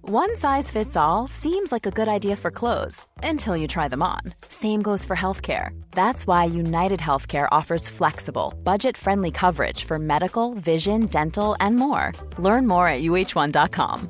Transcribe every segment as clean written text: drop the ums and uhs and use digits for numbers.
One size fits all seems like a good idea for clothes until you try them on. Same goes for healthcare. That's why United Healthcare offers flexible, budget-friendly coverage for medical, vision, dental, and more. Learn more at uh1.com.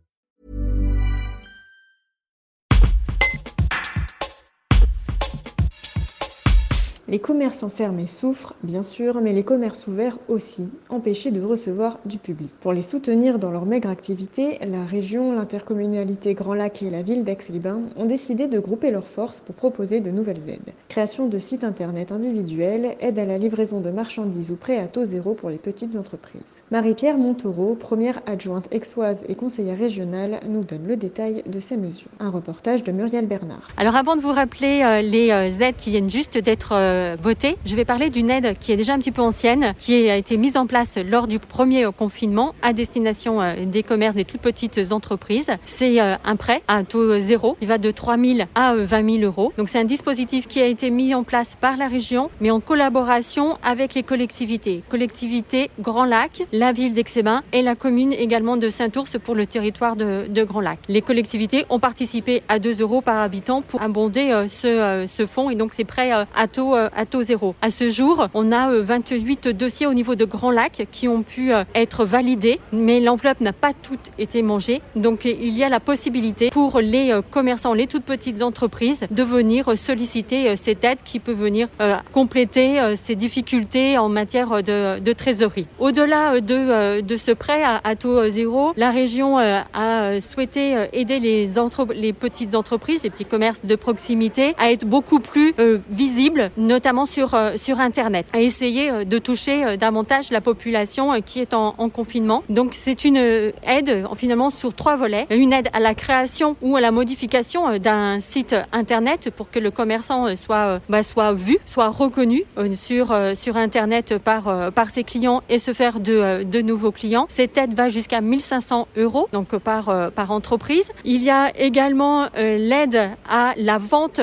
Les commerçants fermés souffrent, bien sûr, mais les commerces ouverts aussi, empêchés de recevoir du public. Pour les soutenir dans leur maigre activité, la région, l'intercommunalité Grand Lac et la ville d'Aix-les-Bains ont décidé de grouper leurs forces pour proposer de nouvelles aides. Création de sites internet individuels, aide à la livraison de marchandises ou prêt à taux zéro pour les petites entreprises. Marie-Pierre Montaureau, première adjointe aixoise et conseillère régionale, nous donne le détail de ces mesures. Un reportage de Muriel Bernard. Alors avant de vous rappeler les aides qui viennent juste d'être votées, je vais parler d'une aide qui est déjà un petit peu ancienne, qui a été mise en place lors du premier confinement à destination des commerces, des toutes petites entreprises. C'est un prêt à taux zéro qui va de 3 000 à 20 000 euros. Donc c'est un dispositif qui a été mis en place par la région, mais en collaboration avec les collectivités. Collectivité Grand Lac, la ville d'Aix-les-Bains et la commune également de Saint-Ours pour le territoire de Grand Lac. Les collectivités ont participé à 2 euros par habitant pour abonder ce fonds et donc ces prêts à taux zéro. À ce jour, on a 28 dossiers au niveau de Grand Lac qui ont pu être validés, mais l'enveloppe n'a pas toute été mangée. Donc il y a la possibilité pour les commerçants, les toutes petites entreprises de venir solliciter cette aide qui peut venir compléter ces difficultés en matière de trésorerie. Au-delà de ce prêt à taux zéro, la région a souhaité aider les petites entreprises, les petits commerces de proximité à être beaucoup plus visibles, notamment sur Internet, à essayer de toucher davantage la population qui est en confinement. Donc c'est une aide finalement sur 3 volets. Une aide à la création ou à la modification d'un site Internet pour que le commerçant soit vu, soit reconnu sur Internet par ses clients et se faire de nouveaux clients. Cette aide va jusqu'à 1 500 euros donc par entreprise. Il y a également l'aide à la vente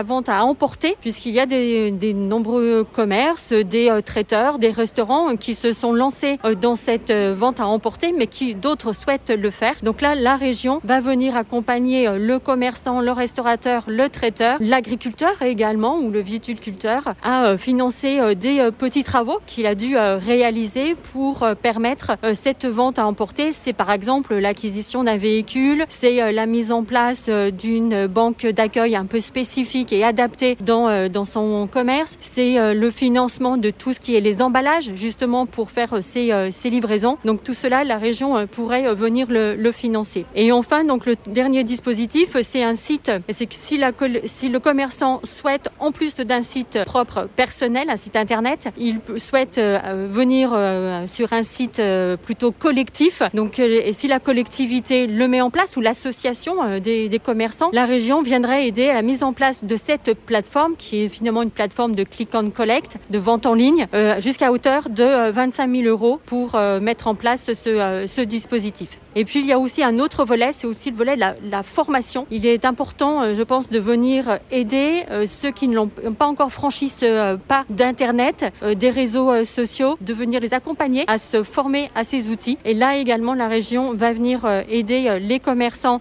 à emporter, puisqu'il y a des nombreux commerces, des traiteurs, des restaurants qui se sont lancés dans cette vente à emporter, mais qui d'autres souhaitent le faire. Donc là, la région va venir accompagner le commerçant, le restaurateur, le traiteur, l'agriculteur également ou le viticulteur à financer des petits travaux qu'il a dû réaliser pour permettre cette vente à emporter. C'est par exemple l'acquisition d'un véhicule, c'est la mise en place d'une banque d'accueil un peu spécifique et adaptée dans son commerce. C'est le financement de tout ce qui est les emballages, justement pour faire ces livraisons. Donc tout cela, la région pourrait venir le financer. Et enfin, donc le dernier dispositif, c'est un site. C'est que si le commerçant souhaite, en plus d'un site propre personnel, un site internet, il souhaite venir sur un site plutôt collectif. Donc et si la collectivité le met en place ou l'association des commerçants, la région viendrait aider à la mise en place de cette plateforme qui est finalement une plateforme de click and collect, de vente en ligne, jusqu'à hauteur de 25 000 euros pour mettre en place ce dispositif. Et puis il y a aussi un autre volet, c'est aussi le volet de la formation. Il est important, je pense, de venir aider ceux qui n'ont pas encore franchi ce pas d'Internet, des réseaux sociaux, de venir les accompagner à se former à ces outils. Et là également, la région va venir aider les commerçants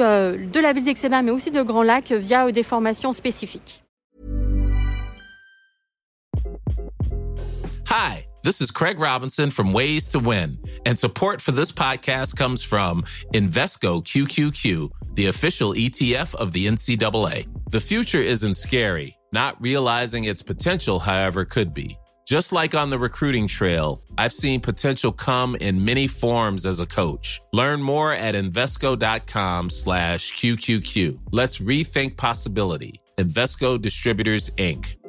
de la ville d'Aix-les-Bains, mais aussi de Grand Lac via des formations spécifiques. Hi, this is Craig Robinson from Ways to Win, and support for this podcast comes from Invesco QQQ, the official ETF of the NCAA. The future isn't scary. Not realizing its potential, however, could be. Just like on the recruiting trail, I've seen potential come in many forms as a coach. Learn more at Invesco.com/QQQ. Let's rethink possibility. Invesco Distributors, Inc.